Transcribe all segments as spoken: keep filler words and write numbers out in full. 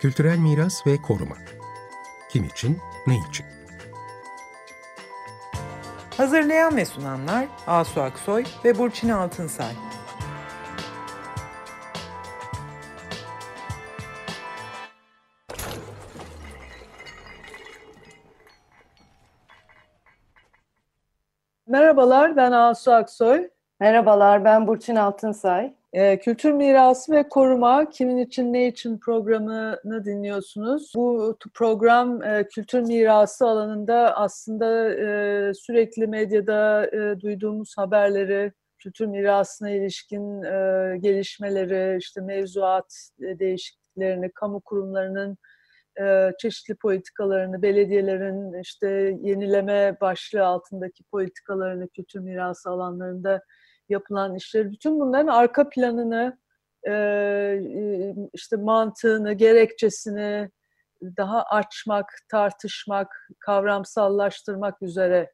Kültürel miras ve koruma. Kim için, ne için? Hazırlayan ve sunanlar Asu Aksoy ve Burçin Altınsay. Merhabalar, ben Asu Aksoy. Merhabalar, ben Burçin Altınsay. Ee, Kültür Mirası ve Koruma, Kimin için, ne için programını dinliyorsunuz. Bu program e, kültür mirası alanında aslında e, sürekli medyada e, duyduğumuz haberleri, kültür mirasına ilişkin e, gelişmeleri, işte mevzuat e, değişikliklerini, kamu kurumlarının e, çeşitli politikalarını, belediyelerin işte yenileme başlığı altındaki politikalarını kültür mirası alanlarında yapılan işleri, bütün bunların arka planını, işte mantığını, gerekçesini daha açmak, tartışmak, kavramsallaştırmak üzere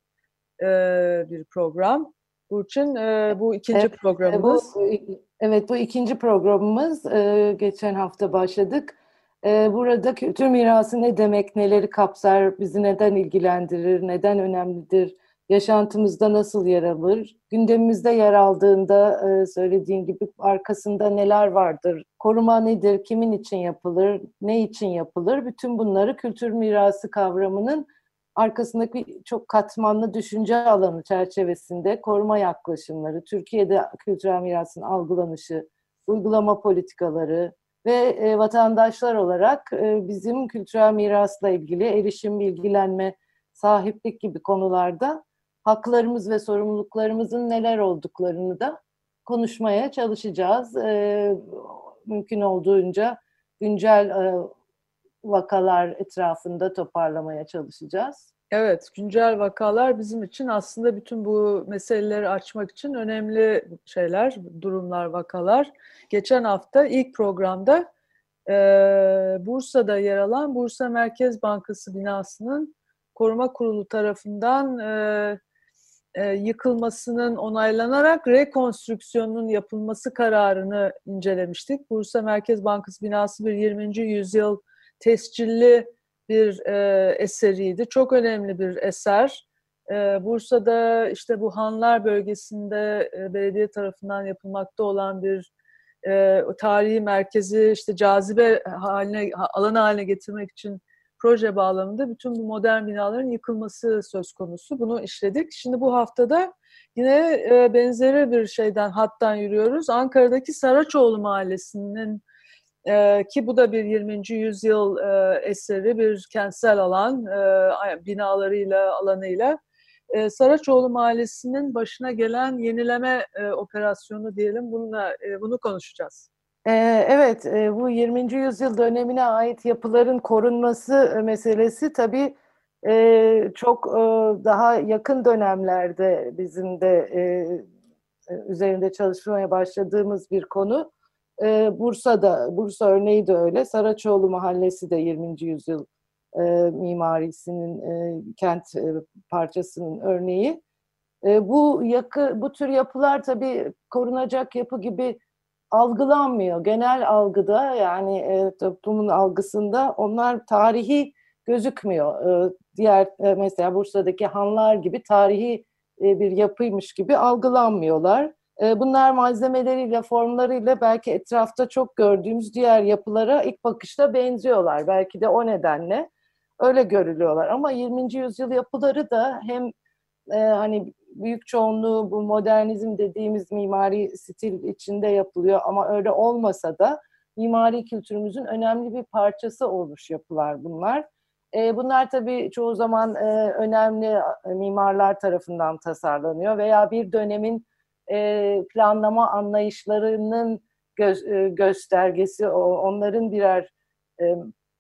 bir program. Burçin, bu ikinci evet, programımız. Bu, evet, bu ikinci programımız. Geçen hafta başladık. Burada kültür mirası ne demek, neleri kapsar, bizi neden ilgilendirir, neden önemlidir, yaşantımızda nasıl yer alır, gündemimizde yer aldığında söylediğin gibi arkasında neler vardır, koruma nedir, kimin için yapılır, ne için yapılır, bütün bunları kültür mirası kavramının arkasındaki çok katmanlı düşünce alanı çerçevesinde koruma yaklaşımları, Türkiye'de kültürel mirasın algılanışı, uygulama politikaları ve e, vatandaşlar olarak e, bizim kültürel mirasla ilgili erişim, bilgilenme, sahiplik gibi konularda haklarımız ve sorumluluklarımızın neler olduklarını da konuşmaya çalışacağız. E, mümkün olduğunca güncel e, vakalar etrafında toparlamaya çalışacağız. Evet, güncel vakalar bizim için aslında bütün bu meseleleri açmak için önemli şeyler, durumlar, vakalar. Geçen hafta ilk programda e, Bursa'da yer alan Bursa Merkez Bankası binasının Koruma Kurulu tarafından e, e, yıkılmasının onaylanarak rekonstrüksiyonun yapılması kararını incelemiştik. Bursa Merkez Bankası binası bir yirminci yüzyıl tescilli bir e, eseriydi. Çok önemli bir eser. E, Bursa'da işte bu Hanlar bölgesinde e, belediye tarafından yapılmakta olan bir e, tarihi merkezi işte cazibe haline, alanı haline getirmek için proje bağlamında bütün bu modern binaların yıkılması söz konusu. Bunu işledik. Şimdi bu haftada yine e, benzeri bir şeyden, hattan yürüyoruz. Ankara'daki Saraçoğlu Mahallesi'nin Ee, ki bu da bir yirminci yüzyıl e, eseri, bir kentsel alan, e, binalarıyla, alanıyla. E, Saraçoğlu Mahallesi'nin başına gelen yenileme e, operasyonu diyelim, bununla, e, bunu konuşacağız. Ee, evet, e, bu yirminci yüzyıl dönemine ait yapıların korunması meselesi tabii e, çok e, daha yakın dönemlerde bizim de e, üzerinde çalışmaya başladığımız bir konu. Ee, Bursa'da, Bursa örneği de öyle. Saraçoğlu Mahallesi de yirminci yüzyıl e, mimarisinin e, kent e, parçasının örneği. E, bu yakı, bu tür yapılar tabii korunacak yapı gibi algılanmıyor. Genel algıda, yani e, toplumun algısında onlar tarihi gözükmüyor. E, diğer e, mesela Bursa'daki hanlar gibi tarihi e, bir yapıymış gibi algılanmıyorlar. Bunlar malzemeleriyle, formlarıyla belki etrafta çok gördüğümüz diğer yapılara ilk bakışta benziyorlar. Belki de o nedenle öyle görülüyorlar. Ama yirminci yüzyıl yapıları da hem e, hani büyük çoğunluğu bu modernizm dediğimiz mimari stil içinde yapılıyor ama öyle olmasa da mimari kültürümüzün önemli bir parçası olmuş yapılar bunlar. E, bunlar tabii çoğu zaman e, önemli mimarlar tarafından tasarlanıyor veya bir dönemin planlama anlayışlarının gö- göstergesi, onların birer e,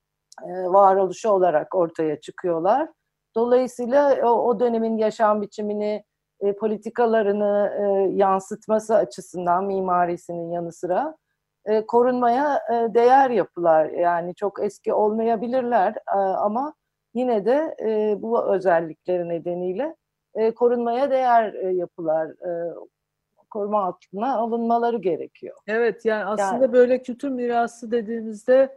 varoluşu olarak ortaya çıkıyorlar. Dolayısıyla o, o dönemin yaşam biçimini, e, politikalarını e, yansıtması açısından mimarisinin yanı sıra e, korunmaya e, değer yapılar. Yani çok eski olmayabilirler e, ama yine de e, bu özellikleri nedeniyle e, korunmaya değer e, yapılar. E, koruma altına alınmaları gerekiyor. Evet, yani aslında yani, böyle kültür mirası dediğimizde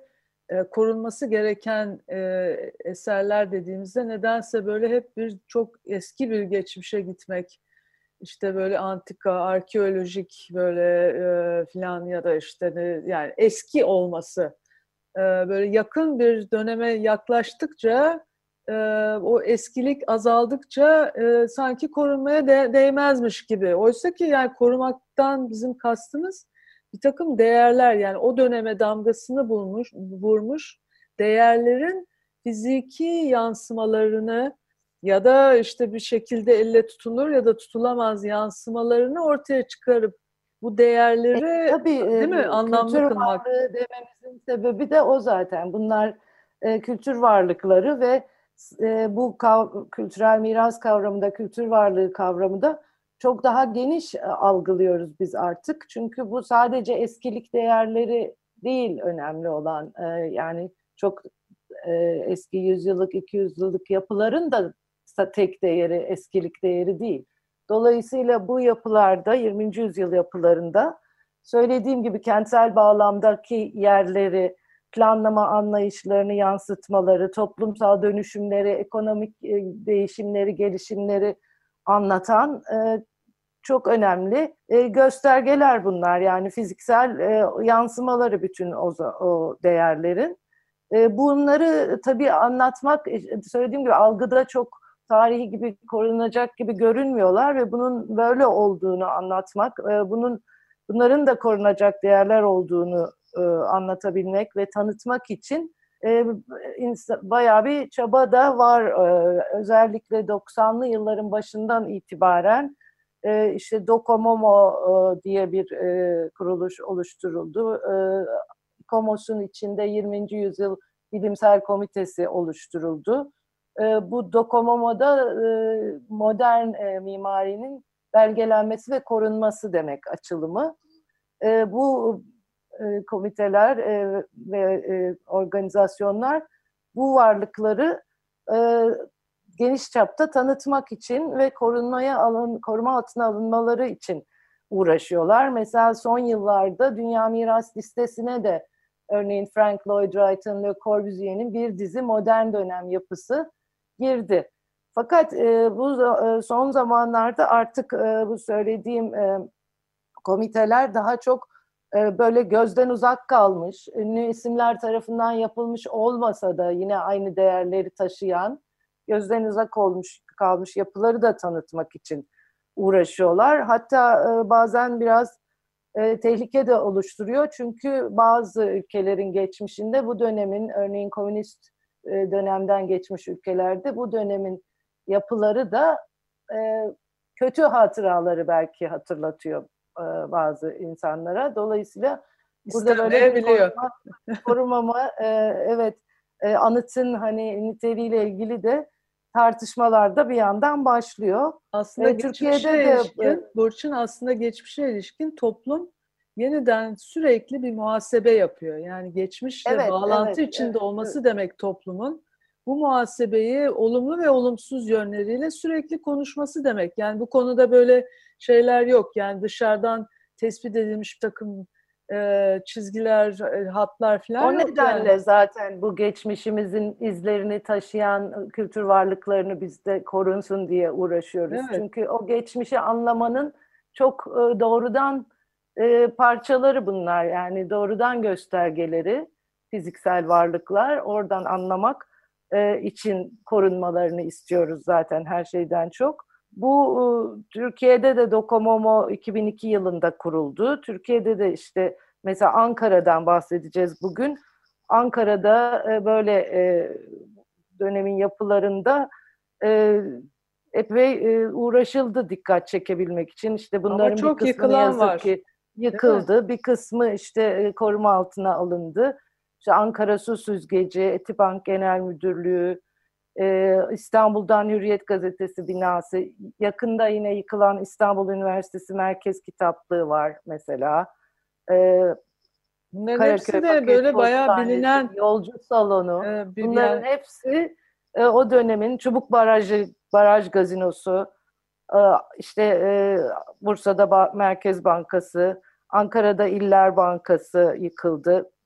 e, korunması gereken e, eserler dediğimizde nedense böyle hep bir çok eski bir geçmişe gitmek, işte böyle antika, arkeolojik böyle e, filan ya da işte ne, yani eski olması, e, böyle yakın bir döneme yaklaştıkça e, o eskilik azaldıkça e, sanki korunmaya de, değmezmiş gibi. Oysa ki yani korumaktan bizim kastımız bir takım değerler, yani o döneme damgasını bulmuş, vurmuş değerlerin fiziki yansımalarını ya da işte bir şekilde elle tutulur ya da tutulamaz yansımalarını ortaya çıkarıp bu E, değerleri, tabii değil mi, e, kültür anlamlı kılmak. varlığı dememizin sebebi de o zaten. Bunlar e, kültür varlıkları ve e, bu kav- kültürel miras kavramında, kültür varlığı kavramında çok daha geniş e, algılıyoruz biz artık. Çünkü bu sadece eskilik değerleri değil önemli olan. E, yani çok e, eski yüzyıllık, iki yüz yıllık yapıların da tek değeri eskilik değeri değil. Dolayısıyla bu yapılarda, yirminci yüzyıl yapılarında söylediğim gibi kentsel bağlamdaki yerleri, planlama anlayışlarını yansıtmaları, toplumsal dönüşümleri, ekonomik e, değişimleri, gelişimleri anlatan e, çok önemli e, göstergeler bunlar. Yani fiziksel e, yansımaları bütün o, o değerlerin. E, bunları tabii anlatmak, e, söylediğim gibi algıda çok tarihi gibi korunacak gibi görünmüyorlar ve bunun böyle olduğunu anlatmak, e, bunun bunların da korunacak değerler olduğunu e, anlatabilmek ve tanıtmak için e, bayağı bir çaba da var. E, özellikle doksanlı yılların başından itibaren e, işte Docomomo e, diye bir e, kuruluş oluşturuldu. E, KOMOS'un içinde yirminci yüzyıl bilimsel komitesi oluşturuldu. E, bu Docomomo'da e, modern e, mimarinin belgelenmesi ve korunması demek açılımı. E, bu e, komiteler e, ve e, organizasyonlar bu varlıkları e, geniş çapta tanıtmak için ve korunmaya alın, koruma altına alınmaları için uğraşıyorlar. Mesela son yıllarda Dünya Miras Listesi'ne de örneğin Frank Lloyd Wright'ın Le Corbusier'in bir dizi modern dönem yapısı girdi. Fakat e, bu e, son zamanlarda artık e, bu söylediğim e, komiteler daha çok e, böyle gözden uzak kalmış, ünlü isimler tarafından yapılmış olmasa da yine aynı değerleri taşıyan, gözden uzak olmuş kalmış yapıları da tanıtmak için uğraşıyorlar. Hatta e, bazen biraz e, tehlike de oluşturuyor. Çünkü bazı ülkelerin geçmişinde bu dönemin, örneğin komünist e, dönemden geçmiş ülkelerde bu dönemin yapıları da e, kötü hatıraları belki hatırlatıyor e, bazı insanlara. Dolayısıyla burada böyle bir koruma, korumama, e, evet, e, anıtın hani niteliğiyle ilgili de tartışmalar da bir yandan başlıyor. Aslında E, geçmişe Türkiye'de de ilişkin, Burçin, aslında geçmişe ilişkin toplum yeniden sürekli bir muhasebe yapıyor. Yani geçmişle evet, bağlantı evet, içinde evet, olması demek toplumun. Bu muhasebeyi olumlu ve olumsuz yönleriyle sürekli konuşması demek. Yani bu konuda böyle şeyler yok. Yani dışarıdan tespit edilmiş bir takım e, çizgiler, e, hatlar falan o yok yani. nedenle zaten bu geçmişimizin izlerini taşıyan kültür varlıklarını biz de korunsun diye uğraşıyoruz. Evet. Çünkü o geçmişi anlamanın çok e, doğrudan e, parçaları bunlar. Yani doğrudan göstergeleri, fiziksel varlıklar. Oradan anlamak e, için korunmalarını istiyoruz zaten her şeyden çok. Bu e, Türkiye'de de Docomomo iki bin iki yılında kuruldu. Türkiye'de de işte mesela Ankara'dan bahsedeceğiz bugün. Ankara'da e, böyle e, dönemin yapılarında e, epey e, uğraşıldı dikkat çekebilmek için. İşte Ama bunların bir çok kısmı ne yıkılan yazık var, ki değil mi? yıkıldı. Bir kısmı işte e, koruma altına alındı. İşte Ankara Su Süzgeci, Etibank Genel Müdürlüğü, e, İstanbul'dan Hürriyet Gazetesi binası, yakında yine yıkılan İstanbul Üniversitesi Merkez Kitaplığı var mesela. E, Bunların Karaköy hepsi de Paket böyle bayağı Postanesi, bilinen Yolcu Salonu. e, bir Bunların yani. hepsi e, o dönemin Çubuk Barajı, Baraj Gazinosu, e, işte e, Bursa'da ba- Merkez Bankası, Ankara'da İller Bankası yıkıldı.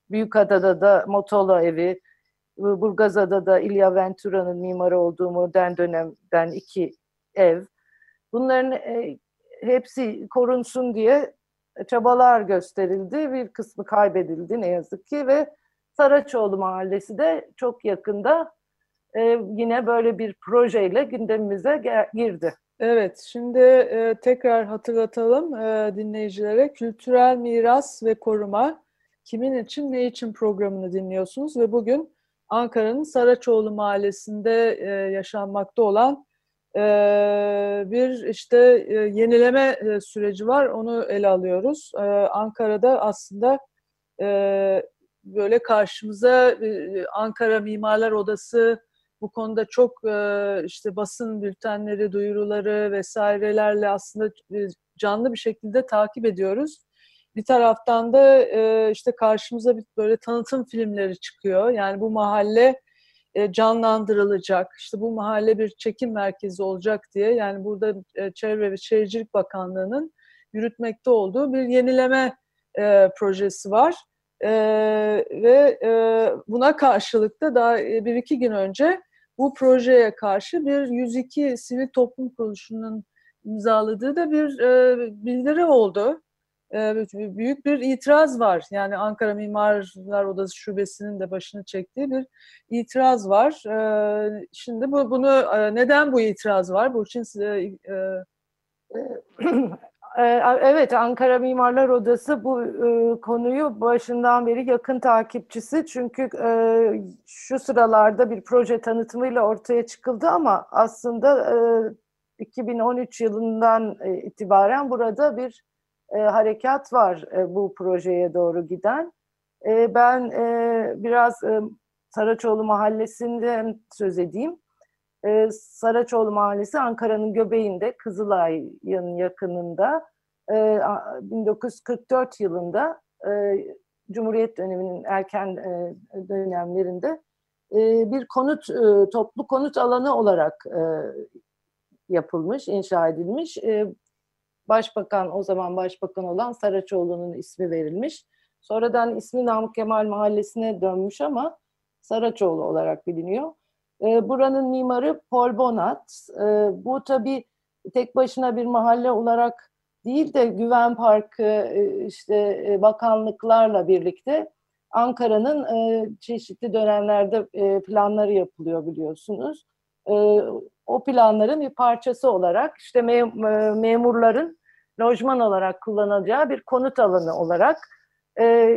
Büyükada'da da Motola evi, Burgazada'da da Ilya Ventura'nın mimarı olduğu modern dönemden iki ev. Bunların e, hepsi korunsun diye çabalar gösterildi. Bir kısmı kaybedildi ne yazık ki ve Saraçoğlu Mahallesi de çok yakında e, yine böyle bir projeyle gündemimize girdi. Evet, şimdi e, tekrar hatırlatalım e, dinleyicilere. Kültürel miras ve koruma kimin için ne için programını dinliyorsunuz ve bugün Ankara'nın Saraçoğlu Mahallesi'nde e, yaşanmakta olan e, bir işte e, yenileme e, süreci var. Onu ele alıyoruz. E, Ankara'da aslında e, böyle karşımıza e, Ankara Mimarlar Odası bu konuda çok e, işte basın bültenleri, duyuruları vesairelerle aslında e, canlı bir şekilde takip ediyoruz. Bir taraftan da e, işte karşımıza bir böyle tanıtım filmleri çıkıyor. Yani bu mahalle e, canlandırılacak, işte bu mahalle bir çekim merkezi olacak diye. Yani burada e, Çevre ve Şehircilik Bakanlığı'nın yürütmekte olduğu bir yenileme e, projesi var. E, ve e, buna karşılık da daha bir iki gün önce bu projeye karşı bir yüz iki sivil toplum kuruluşunun imzaladığı da bir e, bildiri oldu. E, büyük bir itiraz var. Yani Ankara Mimarlar Odası Şubesi'nin de başını çektiği bir itiraz var. E, şimdi bu, bunu e, neden bu itiraz var? Burçin size... E, Evet, Ankara Mimarlar Odası bu e, konuyu başından beri yakın takipçisi. Çünkü e, şu sıralarda bir proje tanıtımıyla ortaya çıkıldı ama aslında e, iki bin on üç yılından e, itibaren burada bir e, harekat var e, bu projeye doğru giden. E, ben e, biraz e, Saraçoğlu Mahallesi'nden söz edeyim. Ee, Saraçoğlu Mahallesi Ankara'nın göbeğinde, Kızılay'ın yakınında e, bin dokuz yüz kırk dört yılında e, Cumhuriyet döneminin erken e, dönemlerinde e, bir konut, e, toplu konut alanı olarak e, yapılmış, inşa edilmiş. E, Başbakan, o zaman başbakan olan Saraçoğlu'nun ismi verilmiş. Sonradan ismi Namık Kemal Mahallesi'ne dönmüş ama Saraçoğlu olarak biliniyor. E, buranın mimarı Paul Bonat. E, bu tabii tek başına bir mahalle olarak değil de Güven Parkı, e, işte e, bakanlıklarla birlikte Ankara'nın e, çeşitli dönemlerde e, planları yapılıyor biliyorsunuz. E, o planların bir parçası olarak işte mem- memurların lojman olarak kullanacağı bir konut alanı olarak e,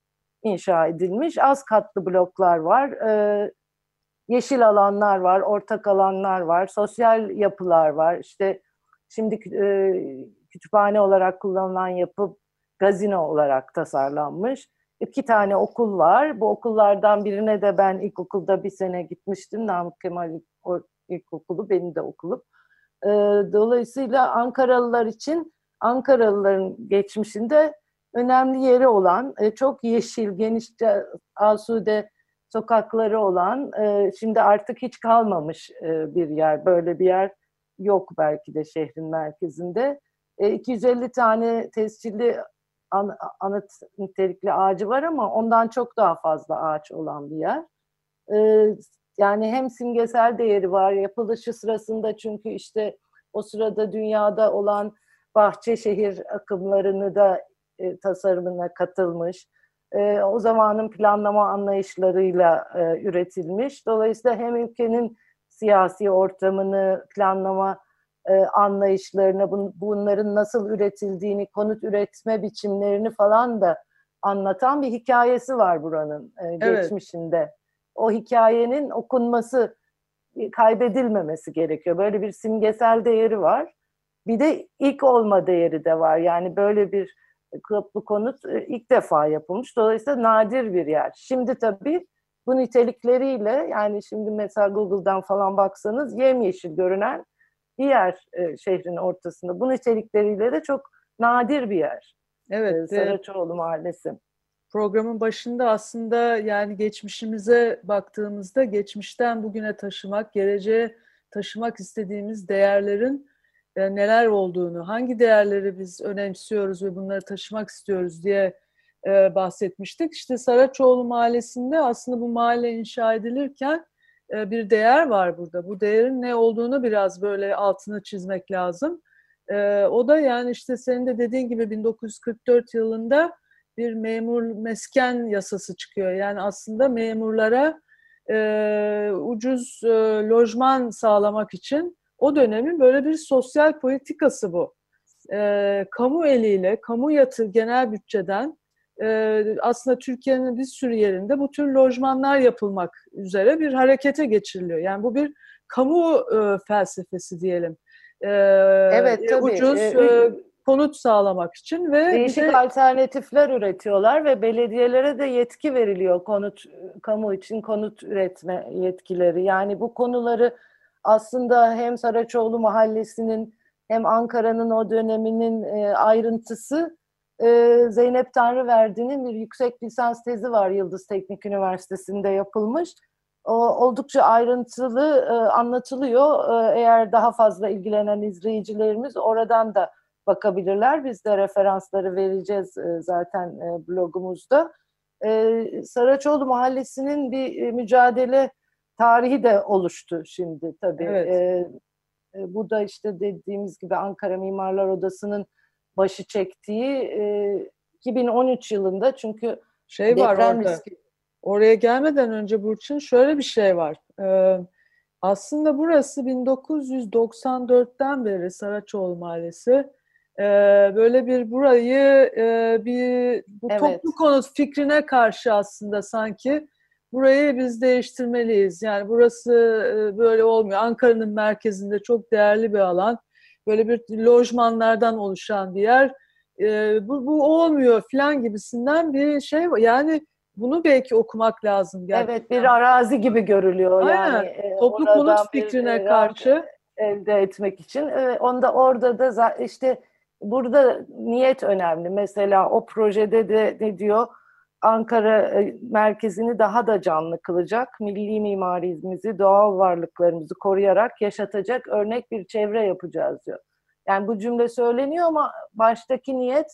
inşa edilmiş. Az katlı bloklar var. E, Yeşil alanlar var, ortak alanlar var, sosyal yapılar var. İşte şimdi e, kütüphane olarak kullanılan yapı gazino olarak tasarlanmış. İki tane okul var. Bu okullardan birine de ben ilkokulda bir sene gitmiştim. Namık Kemal İlkokulu benim de okulum. E, dolayısıyla Ankaralılar için Ankaralıların geçmişinde önemli yeri olan, e, çok yeşil, genişçe asude sokakları olan, e, şimdi artık hiç kalmamış e, bir yer. Böyle bir yer yok belki de şehrin merkezinde. E, iki yüz elli tane tescilli an, anıt nitelikli ağacı var ama ondan çok daha fazla ağaç olan bir yer. E, yani hem simgesel değeri var yapılışı sırasında, çünkü işte o sırada dünyada olan Bahçeşehir akımlarını da e, tasarımına katılmış. E, o zamanın planlama anlayışlarıyla e, üretilmiş. Dolayısıyla hem ülkenin siyasi ortamını, planlama e, anlayışlarını, bun, bunların nasıl üretildiğini, konut üretme biçimlerini falan da anlatan bir hikayesi var buranın e, Evet. geçmişinde. O hikayenin okunması, kaybedilmemesi gerekiyor. Böyle bir simgesel değeri var. Bir de ilk olma değeri de var. Yani böyle bir toplu konut ilk defa yapılmış. Dolayısıyla nadir bir yer. Şimdi tabii bu nitelikleriyle, yani şimdi mesela Google'dan falan baksanız yemyeşil görünen bir yer e, şehrin ortasında. Bu nitelikleriyle de çok nadir bir yer. Evet. E, Saraçoğlu Mahallesi. Programın başında aslında yani geçmişimize baktığımızda geçmişten bugüne taşımak, geleceğe taşımak istediğimiz değerlerin e, neler olduğunu, hangi değerleri biz önemsiyoruz ve bunları taşımak istiyoruz diye e, bahsetmiştik. İşte Saraçoğlu Mahallesi'nde aslında bu mahalle inşa edilirken e, bir değer var burada. Bu değerin ne olduğunu biraz böyle altını çizmek lazım. E, o da yani işte senin de dediğin gibi bin dokuz yüz kırk dört yılında bir memur mesken yasası çıkıyor. Yani aslında memurlara e, ucuz e, lojman sağlamak için o dönemin böyle bir sosyal politikası bu. E, kamu eliyle, kamu yatır genel bütçeden e, aslında Türkiye'nin bir sürü yerinde bu tür lojmanlar yapılmak üzere bir harekete geçiriliyor. Yani bu bir kamu e, felsefesi diyelim. E, Evet, tabii. ucuz Ee, e, konut sağlamak için ve bir Değişik de alternatifler üretiyorlar ve belediyelere de yetki veriliyor konut, kamu için konut üretme yetkileri. Yani bu konuları aslında hem Saraçoğlu Mahallesi'nin hem Ankara'nın o döneminin e, ayrıntısı e, Zeynep Tanrıverdi'nin bir yüksek lisans tezi var, Yıldız Teknik Üniversitesi'nde yapılmış. O, oldukça ayrıntılı e, anlatılıyor. E, eğer daha fazla ilgilenen izleyicilerimiz oradan da bakabilirler. Biz de referansları vereceğiz e, zaten e, blogumuzda. E, Saraçoğlu Mahallesi'nin bir e, mücadele tarihi de oluştu şimdi tabii. evet. E, e, bu da işte dediğimiz gibi Ankara Mimarlar Odası'nın başı çektiği e, iki bin on üç yılında, çünkü Şey var deprem orada. riski. Oraya gelmeden önce Burçin şöyle bir şey var. Ee, aslında burası bin dokuz yüz doksan dörtten beri Saraçoğlu Mahallesi e, böyle bir burayı e, bir bu Evet. toplu konut fikrine karşı aslında sanki burayı biz değiştirmeliyiz. Yani burası e, böyle olmuyor. Ankara'nın merkezinde çok değerli bir alan. Böyle bir lojmanlardan oluşan bir yer. E, bu, bu olmuyor falan gibisinden bir şey var. Yani bunu belki okumak lazım Evet, gerçekten. bir arazi gibi görülüyor yani Aynen. e, Toplu konut oradan bir fikrine e, rant karşı. elde etmek için. E, onda orada da za- işte burada niyet önemli. Mesela o projede de ne diyor? Ankara e, merkezini daha da canlı kılacak, milli mimarimizi, doğal varlıklarımızı koruyarak yaşatacak örnek bir çevre yapacağız diyor. Yani bu cümle söyleniyor ama baştaki niyet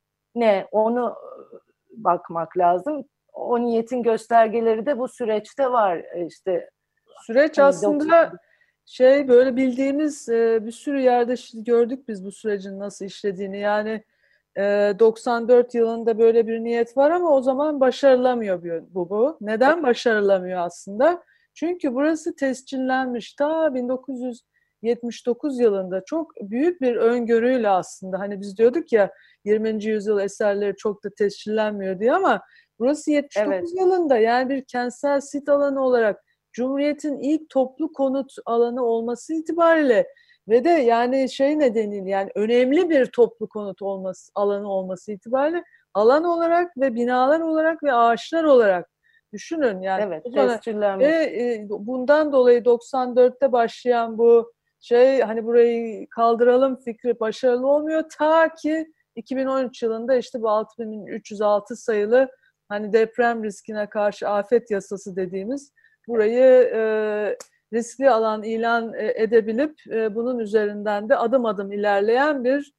ne? Onu e, bakmak lazım. O niyetin göstergeleri de bu süreçte var. E, işte Süreç hani doksan aslında şey böyle bildiğimiz e, bir sürü yerde şi- gördük biz bu sürecin nasıl işlediğini. Yani e, doksan dört yılında böyle bir niyet var ama o zaman başarılamıyor bu, bu. bu. Neden başarılamıyor aslında? Çünkü burası tescillenmiş ta bin dokuz yüz yetmiş dokuz yılında çok büyük bir öngörüyle aslında. Hani biz diyorduk ya yirminci yüzyıl eserleri çok da tescillenmiyor diye ama burası yetmiş dokuz evet. yılında yani bir kentsel sit alanı olarak Cumhuriyet'in ilk toplu konut alanı olması itibariyle ve de yani şey nedeniyle yani önemli bir toplu konut olması alanı olması itibariyle alan olarak ve binalar olarak ve ağaçlar olarak düşünün yani o Evet, zaman ve tescillenmiş. e, bundan dolayı doksan dörtte başlayan bu şey hani burayı kaldıralım fikri başarılı olmuyor ta ki iki bin on üç yılında işte bu altı bin üç yüz altı sayılı hani deprem riskine karşı afet yasası dediğimiz burayı e, riskli alan ilan edebilip e, bunun üzerinden de adım adım ilerleyen bir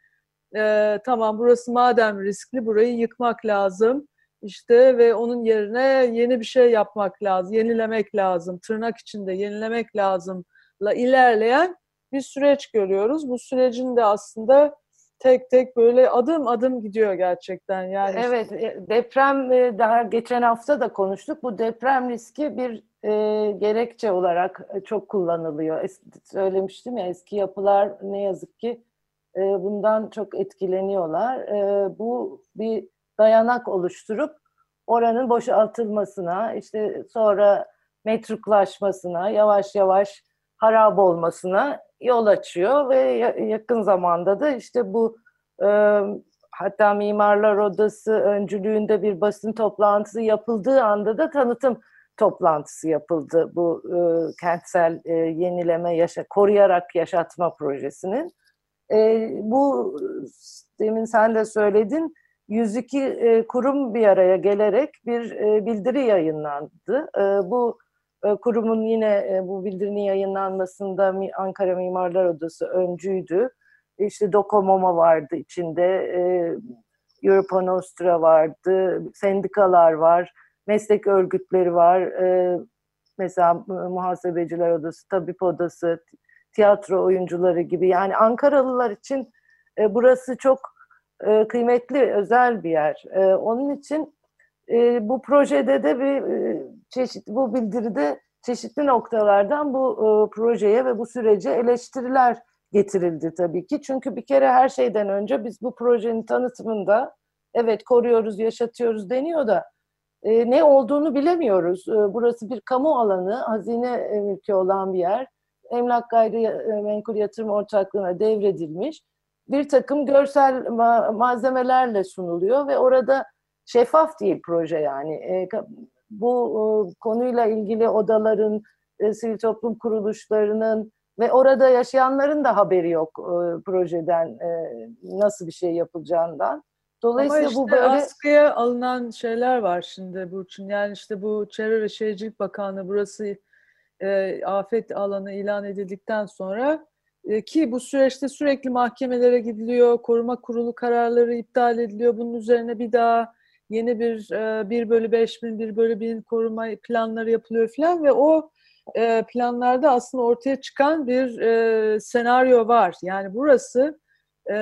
e, tamam burası madem riskli burayı yıkmak lazım işte ve onun yerine yeni bir şey yapmak lazım, yenilemek lazım, tırnak içinde yenilemek lazımla ilerleyen bir süreç görüyoruz. Bu sürecin de aslında tek tek böyle adım adım gidiyor gerçekten yani. Evet, e, deprem e, daha geçen hafta da konuştuk. Bu deprem riski bir e, gerekçe olarak e, çok kullanılıyor. Es, söylemiştim ya, eski yapılar ne yazık ki e, bundan çok etkileniyorlar. E, bu bir dayanak oluşturup oranın boşaltılmasına, işte sonra metruklaşmasına, yavaş yavaş harap olmasına yol açıyor ve yakın zamanda da işte bu e, hatta Mimarlar Odası öncülüğünde bir basın toplantısı yapıldığı anda da tanıtım toplantısı yapıldı. Bu e, kentsel e, yenileme, yaşa, koruyarak yaşatma projesinin. E, bu demin sen de söyledin, yüz iki e, kurum bir araya gelerek bir e, bildiri yayınlandı. E, bu e, kurumun yine e, bu bildirinin yayınlanmasında Ankara Mimarlar Odası öncüydü. İşte Dokomoma vardı içinde, e, Europa Nostra vardı, sendikalar var, meslek örgütleri var. E, mesela Muhasebeciler Odası, Tabip Odası, tiyatro oyuncuları gibi. Yani Ankaralılar için e, burası çok e, kıymetli, özel bir yer. E, onun için e, bu projede de bir e, çeşit, bu bildiride çeşitli noktalardan bu e, projeye ve bu sürece eleştiriler getirildi tabii ki. Çünkü bir kere her şeyden önce biz bu projenin tanıtımında evet koruyoruz, yaşatıyoruz deniyor da e, ne olduğunu bilemiyoruz. E, burası bir kamu alanı, hazine e, mülkü olan bir yer. Emlak Gayrimenkul Yatırım Ortaklığı'na devredilmiş. Bir takım görsel ma- malzemelerle sunuluyor ve orada şeffaf değil proje yani. E, bu e, konuyla ilgili odaların, e, sivil toplum kuruluşlarının ve orada yaşayanların da haberi yok e, projeden e, nasıl bir şey yapılacağından. Ama Dolayısıyla bu işte böyle askıya alınan şeyler var şimdi Burçin. Yani işte bu Çevre ve Şehircilik Bakanlığı burası e, afet alanı ilan edildikten sonra e, ki bu süreçte sürekli mahkemelere gidiliyor, koruma kurulu kararları iptal ediliyor. Bunun üzerine bir daha yeni bir e, bir bölü beş bin, bir bölü bin koruma planları yapılıyor falan ve o e, planlarda aslında ortaya çıkan bir e, senaryo var. Yani burası e,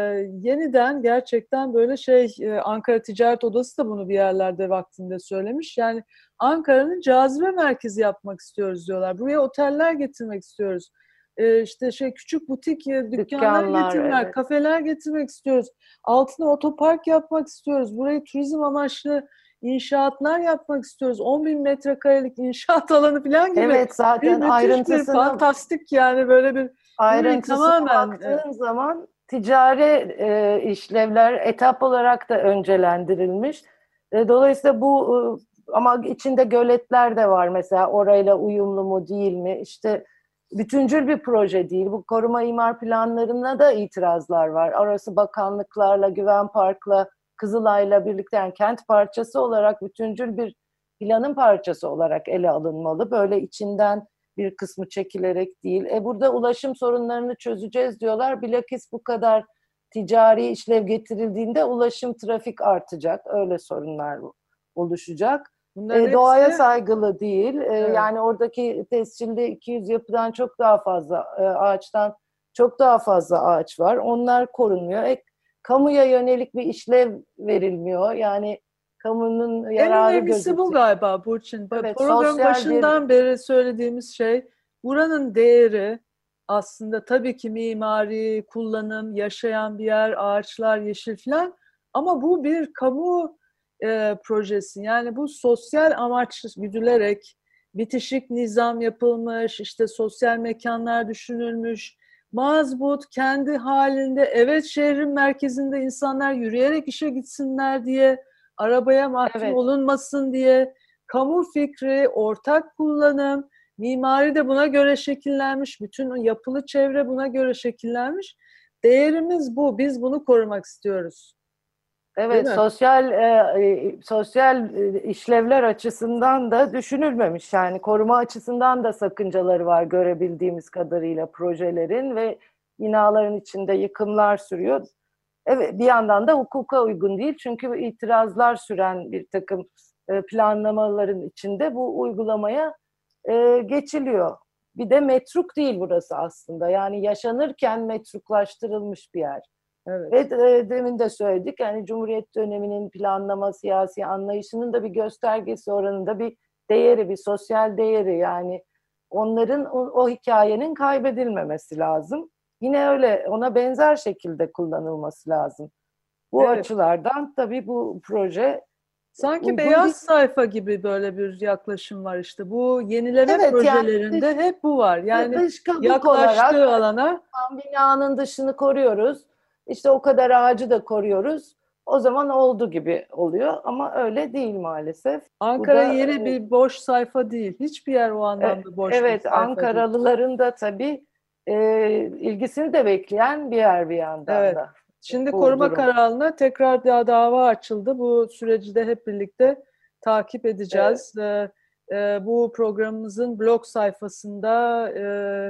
yeniden gerçekten böyle şey e, Ankara Ticaret Odası da bunu bir yerlerde vaktinde söylemiş. Yani Ankara'nın cazibe merkezi yapmak istiyoruz diyorlar. Buraya oteller getirmek istiyoruz. Ee, işte şey küçük butik e, dükkanlar dükkanlar, getirmek, evet. kafeler getirmek istiyoruz. Altına otopark yapmak istiyoruz. Burayı turizm amaçlı inşaatlar yapmak istiyoruz. on bin metrekarelik inşaat alanı falan gibi Evet, bir zaten müthiş bir ayrıntısına fantastik yani böyle bir burayı ayrıntısına tamamen e, baktığın zaman ticari e, işlevler etap olarak da öncelendirilmiş. E, dolayısıyla bu e, ama içinde göletler de var mesela orayla uyumlu mu değil mi? İşte bütüncül bir proje değil. Bu koruma imar planlarına da itirazlar var. Orası bakanlıklarla, Güven Park'la, Kızılay'la birlikte yani kent parçası olarak bütüncül bir planın parçası olarak ele alınmalı. Böyle içinden bir kısmı çekilerek değil. E burada ulaşım sorunlarını çözeceğiz diyorlar. Bilakis bu kadar ticari işlev getirildiğinde ulaşım, trafik artacak. Öyle sorunlar oluşacak. bunların E, doğaya hepsi saygılı değil. E, evet. yani oradaki tescilli iki yüz yapıdan çok daha fazla e, ağaçtan çok daha fazla ağaç var. Onlar korunmuyor. E, kamuya yönelik bir işlev verilmiyor. Yani kamunun En yararı önemlisi bu gözetiliyor. galiba Burçin. Evet, Program sosyal bir başından beri söylediğimiz şey buranın değeri aslında tabii ki mimari, kullanım, yaşayan bir yer, ağaçlar, yeşil falan ama bu bir kamu e, projesi. Yani bu sosyal amaç güdülerek bitişik nizam yapılmış, işte sosyal mekanlar düşünülmüş, mazbut, kendi halinde, evet şehrin merkezinde insanlar yürüyerek işe gitsinler diye arabaya mahkum evet. olunmasın diye kamu fikri, ortak kullanım, mimari de buna göre şekillenmiş, bütün yapılı çevre buna göre şekillenmiş. Değerimiz bu, biz bunu korumak istiyoruz. Değil Evet, mi? sosyal e, e, sosyal e, işlevler açısından da düşünülmemiş. Yani koruma açısından da sakıncaları var görebildiğimiz kadarıyla projelerin ve binaların içinde yıkımlar sürüyor. Evet, bir yandan da hukuka uygun değil. Çünkü itirazlar süren bir takım e, planlamaların içinde bu uygulamaya e, geçiliyor. Bir de metruk değil burası aslında. Yani yaşanırken metruklaştırılmış bir yer. Evet. Ve e, demin de söyledik yani Cumhuriyet döneminin planlama siyasi anlayışının da bir göstergesi oranında bir değeri, bir sosyal değeri yani onların o, o hikayenin kaybedilmemesi lazım. Yine öyle ona benzer şekilde kullanılması lazım. Bu Evet. açılardan tabii bu proje Sanki uygun beyaz değil. sayfa gibi böyle bir yaklaşım var işte. Bu yenileme Evet yani projelerinde dış, hep bu var. Yani dış kabuk olarak yaklaştığı alana tam binanın dışını koruyoruz. İşte o kadar ağacı da koruyoruz. O zaman oldu gibi oluyor ama öyle değil maalesef. Bu Ankara da yeri bir boş sayfa değil. Hiçbir yer o e, anlamda boş bir evet sayfa değil. Ankaralıların da tabii e, ilgisini de bekleyen bir yer bir yandan Evet. da Şimdi bu koruma durum. kararına tekrar da dava açıldı. Bu süreci de hep birlikte takip Evet. edeceğiz. Ee, e, bu programımızın blog sayfasında e,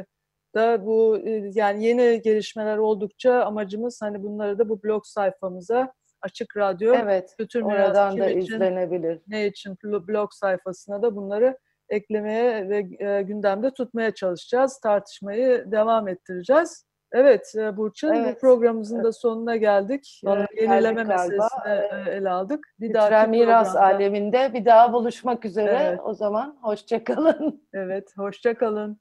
da bu e, yani yeni gelişmeler oldukça amacımız hani bunları da bu blog sayfamıza Açık Radyo Evet, Kültür Mirası oradan da Kim için, izlenebilir. Ne için blog sayfasına da bunları eklemeye ve e, gündemde tutmaya çalışacağız. Tartışmayı devam ettireceğiz. Evet e, Burçin, Evet. bu programımızın da sonuna geldik. Sonuna E, yenileme geldik galiba. meselesini e, ele aldık. Bir Kültürel dahaki miras programda. aleminde bir daha buluşmak üzere. Evet. O zaman hoşça kalın. Evet, hoşça kalın.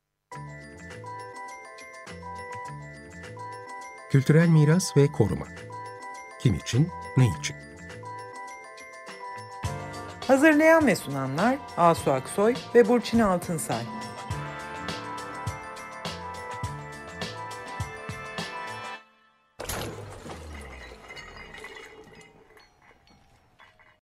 Kültürel miras ve koruma. Kim için, ne için? Hazırlayan ve sunanlar Asu Aksoy ve Burçin Altınsay.